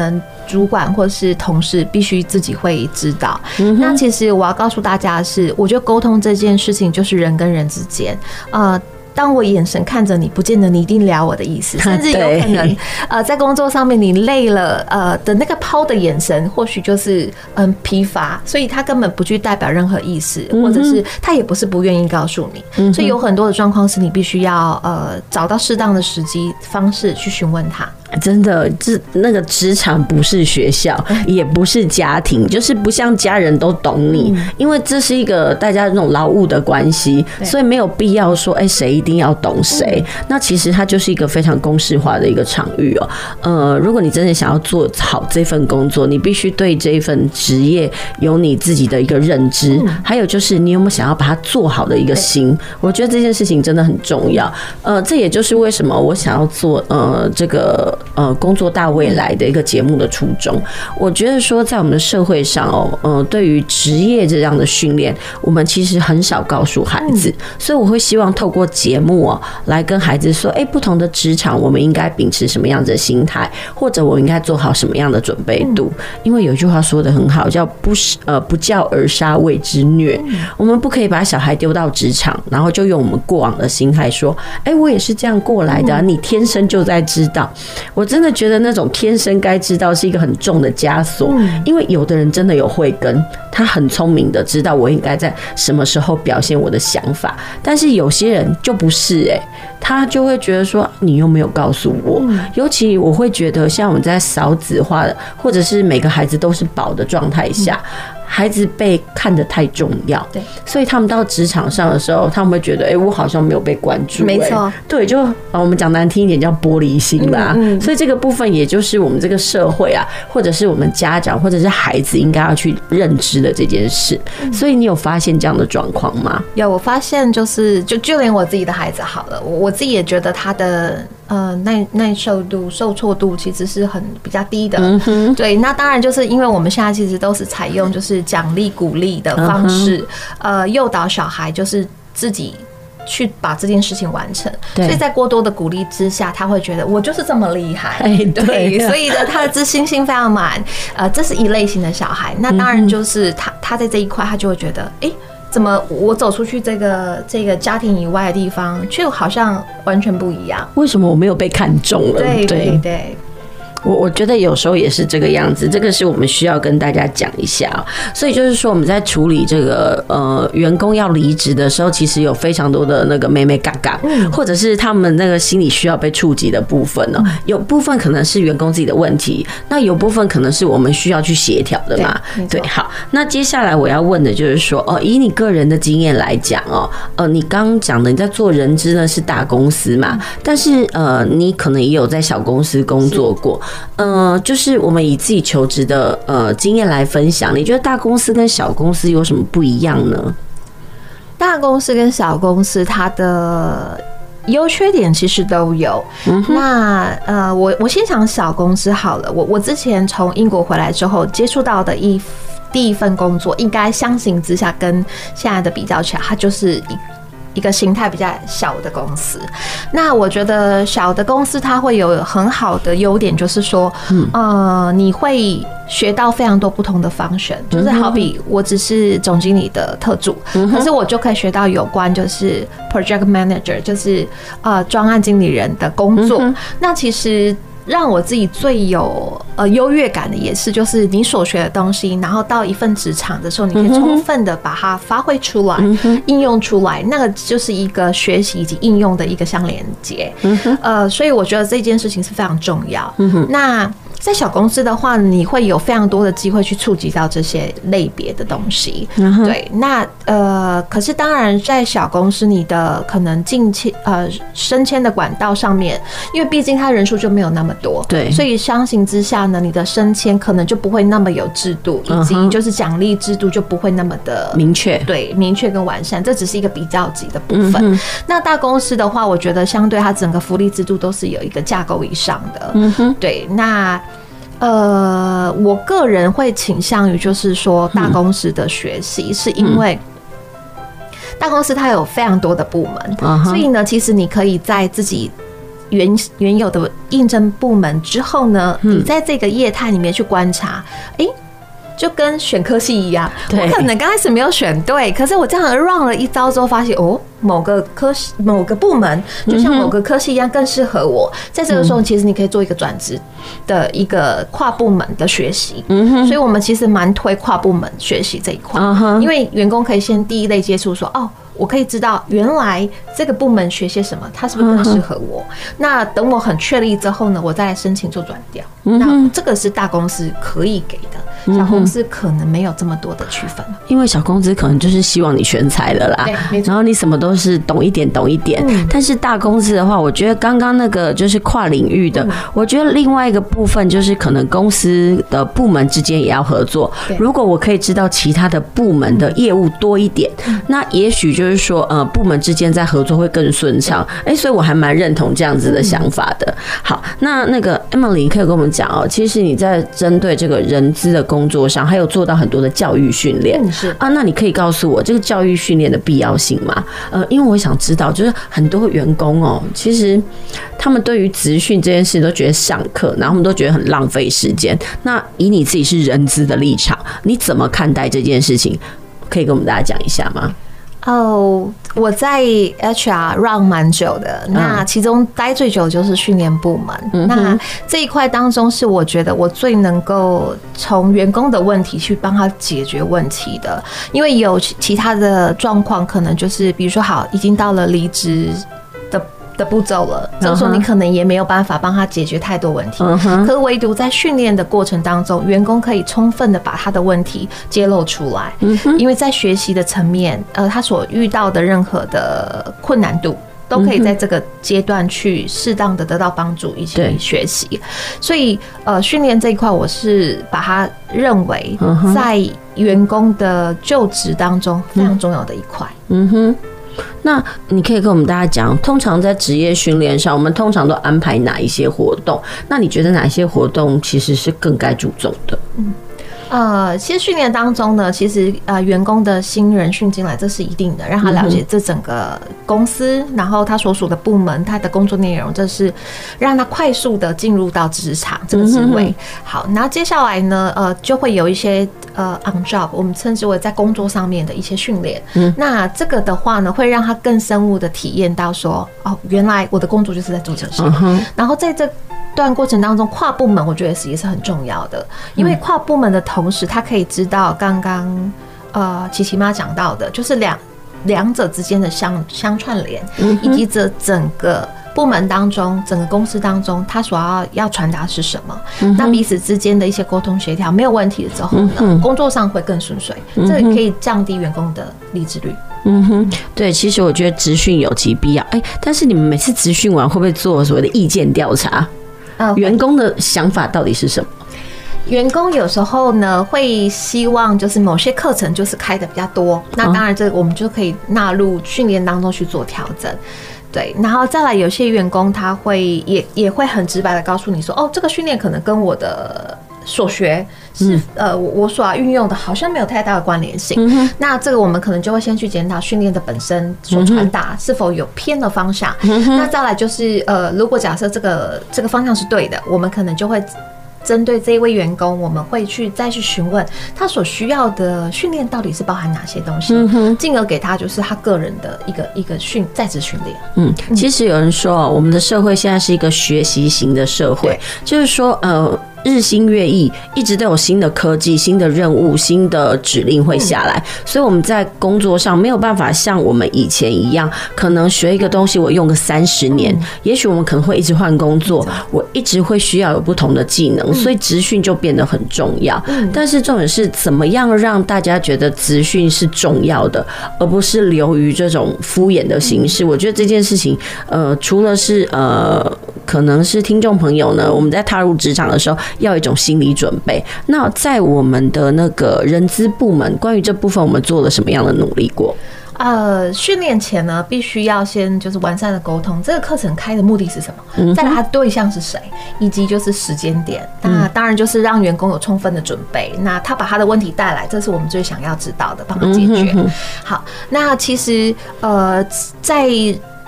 主管或是同事必须自己会知道。嗯、那其实我要告诉大家的是，我觉得沟通这件事情就是人跟人之间，呃。当我眼神看着你，不见得你一定了我的意思，甚至有可能，呃，在工作上面你累了，呃的那个抛的眼神，或许就是嗯疲乏，所以他根本不去代表任何意思，或者是他也不是不愿意告诉你，嗯、所以有很多的状况是你必须要呃找到适当的时机方式去询问他。 真的，这那个职场不是学校，也不是家庭，就是不像家人都懂你，嗯、因为这是一个大家那种劳务的关系，所以没有必要说，哎，谁一定要懂谁。嗯、那其实它就是一个非常公式化的一个场域哦。呃，如果你真的想要做好这份工作，你必须对这一份职业有你自己的一个认知，嗯、还有就是你有没有想要把它做好的一个心。我觉得这件事情真的很重要。呃，这也就是为什么我想要做呃这个。呃，工作大未来的一个节目的初衷，我觉得说在我们的社会上哦，呃，对于职业这样的训练，我们其实很少告诉孩子，所以我会希望透过节目哦，来跟孩子说，哎，不同的职场我们应该秉持什么样子的心态，或者我应该做好什么样的准备度。因为有一句话说得很好，叫不呃不教而杀谓之虐。我们不可以把小孩丢到职场，然后就用我们过往的心态说，哎，我也是这样过来的啊，你天生就在知道。我真的觉得那种天生该知道是一个很重的枷锁，因为有的人真的有慧根，他很聪明的知道我应该在什么时候表现我的想法，但是有些人就不是哎、欸，他就会觉得说你又没有告诉我，尤其我会觉得像我们在少子化的，或者是每个孩子都是宝的状态下。孩子被看得太重要，对，所以他们到职场上的时候，他们会觉得，哎、欸，我好像没有被关注、欸，没错，对，就我们讲难听一点叫玻璃心啦、嗯嗯。所以这个部分，也就是我们这个社会啊，或者是我们家长，或者是孩子应该要去认知的这件事。嗯、所以你有发现这样的状况吗？ 有，我发现就是就就连我自己的孩子好了，我我自己也觉得他的。呃，耐耐受度、受挫度其实是很比较低的。嗯、对，那当然就是因为我们现在其实都是采用就是奖励、鼓励的方式，嗯、呃，诱导小孩就是自己去把这件事情完成。所以在过多的鼓励之下，他会觉得我就是这么厉害。哎、对，所以呢，他的自信心非常满。呃，这是一类型的小孩。那当然就是他他在这一块，他就会觉得，哎、欸。怎么我走出去这个这个家庭以外的地方，却好像完全不一样？ 为什么我没有被看中了？ 对对对。 我我觉得有时候也是这个样子，这个是我们需要跟大家讲一下、喔。所以就是说，我们在处理这个呃员工要离职的时候，其实有非常多的那个妹妹嘎嘎，或者是他们那个心理需要被触及的部分呢、喔。有部分可能是员工自己的问题，那有部分可能是我们需要去协调的嘛。对，好，那接下来我要问的就是说，哦，以你个人的经验来讲哦，呃，你刚刚讲的你在做人资呢是大公司嘛，但是呃，你可能也有在小公司工作过。呃，就是我们以自己求职的呃经验来分享，你觉得大公司跟小公司有什么不一样呢？ 大公司跟小公司它的优缺点其实都有。嗯、那呃，我我先讲小公司好了。我我之前从英国回来之后接触到的一第一份工作，应该相形之下跟现在的比较起来，它就是一。一个形态比较小的公司，那我觉得小的公司它会有很好的优点，就是说，嗯、呃，你会学到非常多不同的function，就是好比我只是总经理的特助，嗯、可是我就可以学到有关就是 project manager， 就是呃专案经理人的工作。嗯、那其实。让我自己最有呃优越感的也是，就是你所学的东西，然后到一份职场的时候，你可以充分的把它发挥出来、嗯、应用出来，那个就是一个学习以及应用的一个相连接。嗯、呃，所以我觉得这件事情是非常重要。嗯、那在小公司的话，你会有非常多的机会去触及到这些类别的东西。嗯、对，那呃，可是当然在小公司，你的可能进迁呃升迁的管道上面，因为毕竟它人数就没有那么多，对，所以相形之下呢，你的升迁可能就不会那么有制度，以及就是奖励制度就不会那么的明确， 对，明确跟完善，这只是一个比较级的部分。嗯、那大公司的话，我觉得相对它整个福利制度都是有一个架构以上的。嗯哼，对，那。呃，我个人会倾向于就是说大公司的学习，是因为大公司它有非常多的部门，嗯、所以呢，其实你可以在自己原原有的应征部门之后呢，你在这个业态里面去观察，哎、欸。就跟选科系一样，我可能刚开始没有选对，可是我这样 run 了一招之后，发现哦，某个科系、某个部门，就像某个科系一样更适合我。在这个时候，其实你可以做一个转职的一个跨部门的学习。所以我们其实蛮推跨部门学习这一块，因为员工可以先第一类接触说，哦。我可以知道原来这个部门学些什么，它是不是更适合我？那等我很确立之后呢，我再来申请做转调。那这个是大公司可以给的，小公司可能没有这么多的区分。 因为小公司可能就是希望你全才了啦，然后你什么都是懂一点懂一点。但是大公司的话，我觉得刚刚那个就是跨领域的，我觉得另外一个部分就是可能公司的部门之间也要合作。如果我可以知道其他的部门的业务多一点，那也许就就是说，呃，部门之间在合作会更顺畅，哎、欸，所以我还蛮认同这样子的想法的。好，那那个 Emily 可以跟我们讲哦，其实你在针对这个人资的工作上，还有做到很多的教育训练， 嗯，是啊，那你可以告诉我这个教育训练的必要性吗？呃，因为我想知道，就是很多员工哦，其实他们对于职训这件事都觉得上课，然后他们都觉得很浪费时间。那以你自己是人资的立场，你怎么看待这件事情？可以跟我们大家讲一下吗？ 哦，我在 H R run 蛮久的，那其中待最久就是训练部门。嗯、那这一块当中，是我觉得我最能够从员工的问题去帮他解决问题的，因为有其他的状况，可能就是比如说，好，已经到了离职的。的步骤了，这个时候你可能也没有办法帮他解决太多问题。可是唯独在训练的过程当中，员工可以充分的把他的问题揭露出来，因为在学习的层面，呃，他所遇到的任何的困难度。都可以在这个阶段去适当的得到帮助，一起学习。所以，呃，训练这一块，我是把它认为在员工的就职当中非常重要的一块。嗯哼。 那你可以跟我们大家讲，通常在职业训练上，我们通常都安排哪一些活动？那你觉得哪些活动其实是更该注重的？嗯。 呃，其实训练当中呢，其实呃，员工的新人训进来，这是一定的，让他了解这整个公司，然后他所属的部门，他的工作内容，这是让他快速的进入到职场这个职位。好，然后接下来呢，呃，就会有一些呃 on job， 我们称之为在工作上面的一些训练。嗯，那这个的话呢，会让他更深入的体验到说，哦，原来我的工作就是在做这些。嗯、然后在这段过程当中，跨部门我觉得是也是很重要的，因为跨部门的同时，他可以知道刚刚呃琪琪妈讲到的，就是两两者之间的相相串联，以及这整个部门当中、整个公司当中，他所要要传达是什么。那彼此之间的一些沟通协调没有问题了之后呢，工作上会更顺遂，这可以降低员工的离职率。 嗯哼，对，其实我觉得职训有其必要。哎、欸，但是你们每次职训完会不会做所谓的意见调查？员工的想法到底是什么？ 员工有时候呢会希望就是某些课程就是开的比较多，那当然这个我们就可以纳入训练当中去做调整。对，然后再来有些员工他会也也会很直白的告诉你说，哦，这个训练可能跟我的所学是、嗯、呃我所要运用的好像没有太大的关联性、嗯、那这个我们可能就会先去检讨训练的本身所传达是否有偏的方向、嗯、那再来就是呃如果假设这个这个方向是对的，我们可能就会针对这一位员工，我们会去再去询问他所需要的训练到底是包含哪些东西，进而给他就是他个人的一个一个训在职训练。 嗯，其实有人说，我们的社会现在是一个学习型的社会，就是说，呃。日新月异，一直都有新的科技、新的任务、新的指令会下来，所以我们在工作上没有办法像我们以前一样，可能学一个东西我用个三十年，也许我们可能会一直换工作，我一直会需要有不同的技能，所以职训就变得很重要。但是重点是怎么样让大家觉得职训是重要的，而不是流于这种敷衍的形式。我觉得这件事情，呃，除了是呃。可能是听众朋友呢，我们在踏入职场的时候要有一种心理准备。那在我们的那个人资部门，关于这部分我们做了什么样的努力过？ 呃，训练前呢，必须要先就是完善的沟通，这个课程开的目的是什么？再来，它对象是谁，以及就是时间点。那当然就是让员工有充分的准备。那他把他的问题带来，这是我们最想要知道的，帮他解决。好，那其实呃，在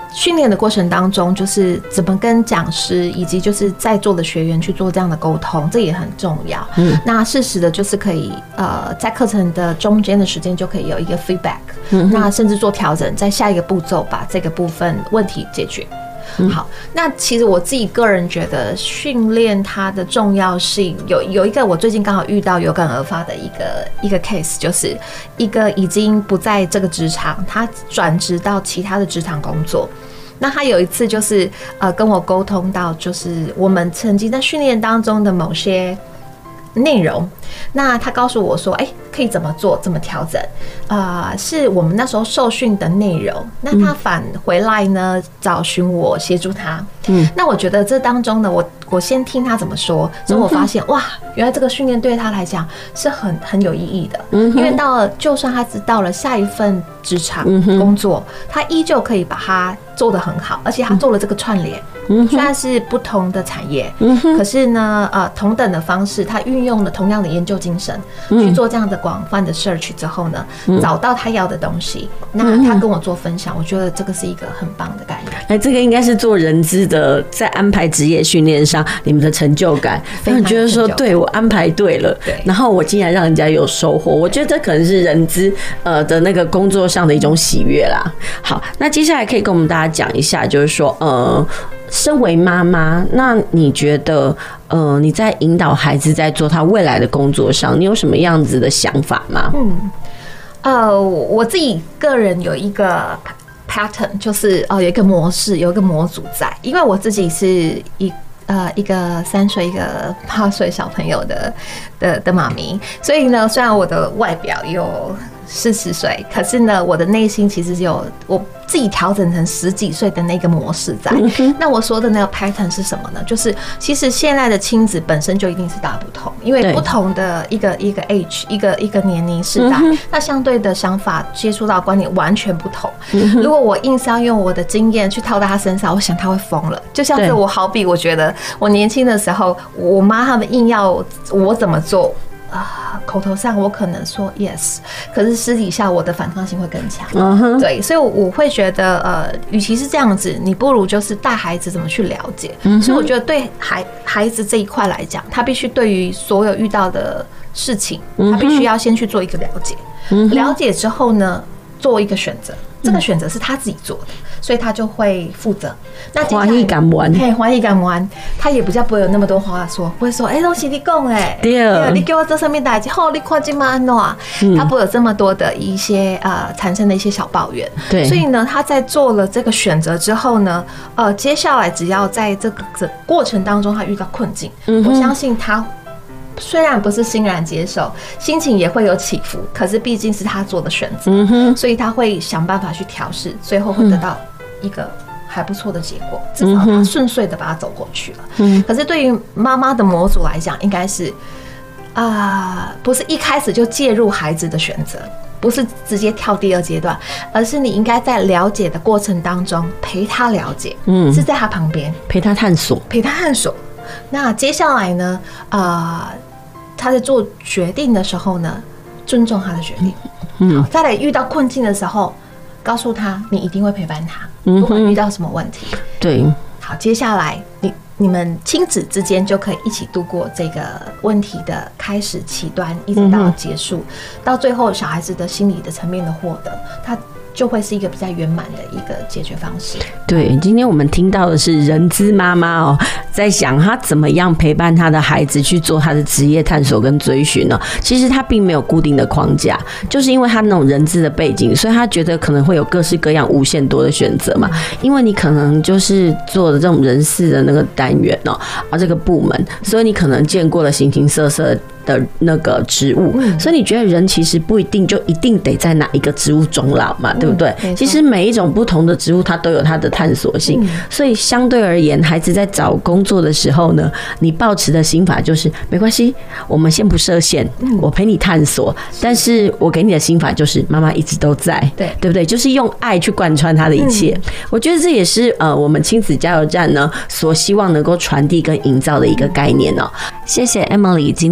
训练的过程当中，就是怎么跟讲师以及就是在座的学员去做这样的沟通，这也很重要。嗯，那适时的就是可以呃，在课程的中间的时间就可以有一个 feedback，嗯，那甚至做调整，在下一个步骤把这个部分问题解决。好，那其实我自己个人觉得训练它的重要性有有一个我最近刚好遇到有感而发的一个一个 case， 就是一个已经不在这个职场，他转职到其他的职场工作。那他有一次就是呃跟我沟通到，就是我们曾经在训练当中的某些内容，那他告诉我说，哎、欸，可以怎么做，怎么调整，啊、呃，是我们那时候受训的内容。那他返回来呢，找寻我协助他。嗯，那我觉得这当中呢，我我先听他怎么说，之后我发现、嗯、哇，原来这个训练对他来讲是很很有意义的。嗯，因为到了，就算他知道了下一份职场工作，嗯、他依旧可以把它做得很好，而且他做了这个串联。嗯，虽然是不同的产业，嗯，可是呢，呃，同等的方式，他运用了同样的研究精神、嗯、去做这样的广泛的 search 之后呢，嗯、找到他要的东西。那他跟我做分享，我觉得这个是一个很棒的概念。 哎，这个应该是做人资的，在安排职业训练上，你们的成就感，非常觉得说，对我安排对了，对，然后我竟然让人家有收获，我觉得这可能是人资呃的那个工作上的一种喜悦啦。好，那接下来可以跟我们大家讲一下，就是说，呃。身为妈妈，那你觉得，呃，你在引导孩子在做他未来的工作上，你有什么样子的想法吗？ 嗯，呃，我自己个人有一个 pattern， 就是呃有一个模式，有一个模组在，因为我自己是一呃一个三岁一个八岁小朋友的的的妈咪，所以呢，虽然我的外表有四十岁，可是呢，我的内心其实有我自己调整成十几岁的那个模式在。嗯、那我说的那个 pattern 是什么呢？就是其实现在的亲子本身就一定是大不同，因为不同的一个一个 age 一个一个年龄世代，嗯、那相对的想法接触到观点完全不同。嗯、如果我硬是要用我的经验去套在他身上，我想他会疯了。就像是我好比我觉得我年轻的时候，我妈他们硬要我怎么做。啊，口头上我可能说 yes， 可是私底下我的反抗性会更强。Uh-huh. 对，所以我会觉得，呃，与其是这样子，你不如就是带孩子怎么去了解。Uh-huh. 所以我觉得对孩孩子这一块来讲，他必须对于所有遇到的事情，他必须要先去做一个了解。Uh-huh. 了解之后呢，做一个选择。这个选择是他自己做的，所以他就会负责。那欢喜甘愿， 嘿，欢喜甘愿，他也比较不会有那么多话说，不会说，哎、欸，东西你讲哎， 对， 你给我做什么代志，好，你看今嘛安怎啊？他不会有这么多的一些呃产生的一些小抱怨。对，所以呢，他在做了这个选择之后呢，呃，接下来只要在这个过程当中他遇到困境，嗯、我相信他。虽然不是欣然接受，心情也会有起伏，可是毕竟是他做的选择，嗯、所以他会想办法去调试，最后会得到一个还不错的结果，至少他顺遂的把它走过去了。嗯、可是对于妈妈的模组来讲，应该是啊、呃，不是一开始就介入孩子的选择，不是直接跳第二阶段，而是你应该在了解的过程当中陪他了解，嗯，是在他旁边陪他探索， 陪他探索。那接下来呢？啊、呃。他在做决定的时候呢，尊重他的决定。嗯，再来遇到困境的时候，告诉他你一定会陪伴他，不管遇到什么问题。 对， 好，接下来你你们亲子之间就可以一起度过这个问题的开始起端，一直到结束，到最后小孩子的心理的层面的获得，他就会是一个比较圆满的一个解决方式。 对，今天我们听到的是人资妈妈哦，在想她怎么样陪伴她的孩子去做她的职业探索跟追寻呢？其实她并没有固定的框架，就是因为她那种人资的背景，所以她觉得可能会有各式各样无限多的选择嘛。因为你可能就是做的这种人事的那个单元哦，啊这个部门，所以你可能见过了形形色色的那个职务，所以你觉得人其实不一定就一定得在哪一个职务终老嘛，对不对？其实每一种不同的职务，它都有它的探索性，所以相对而言，孩子在找工作的时候呢，你抱持的心法就是没关系，我们先不设限，我陪你探索，但是我给你的心法就是妈妈一直都在，对对不对？就是用爱去贯穿他的一切。我觉得这也是呃我们亲子加油站呢所希望能够传递跟营造的一个概念哦。谢谢 Emily 今天来到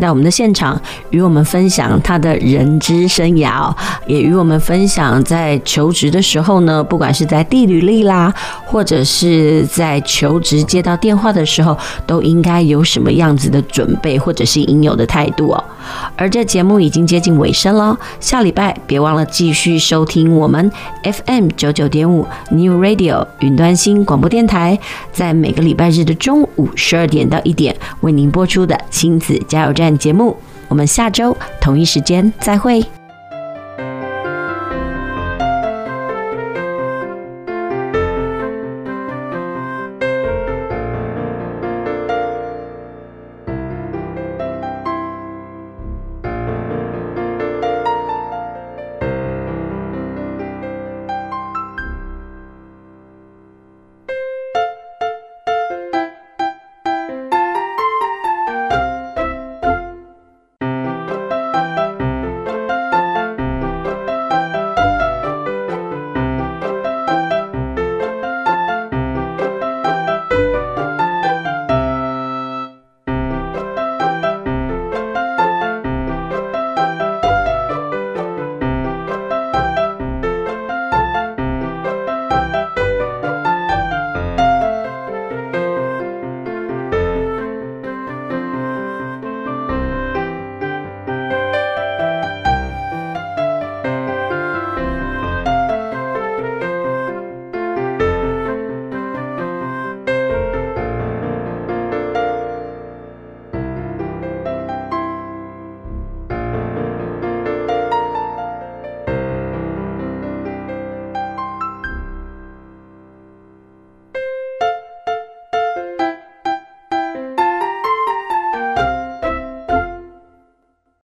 到我们的现场，与我们分享他的人资生涯哦，也与我们分享在求职的时候呢，不管是在递履历啦，或者是在求职接到电话的时候，都应该有什么样子的准备，或者是应有的态度哦。而这节目已经接近尾声了，下礼拜别忘了继续收听我们 F M 九九点五 New Radio 云端新广播电台，在每个礼拜日的中午十二点到一点为您播出的亲子加油站节目。我们下周同一时间再会。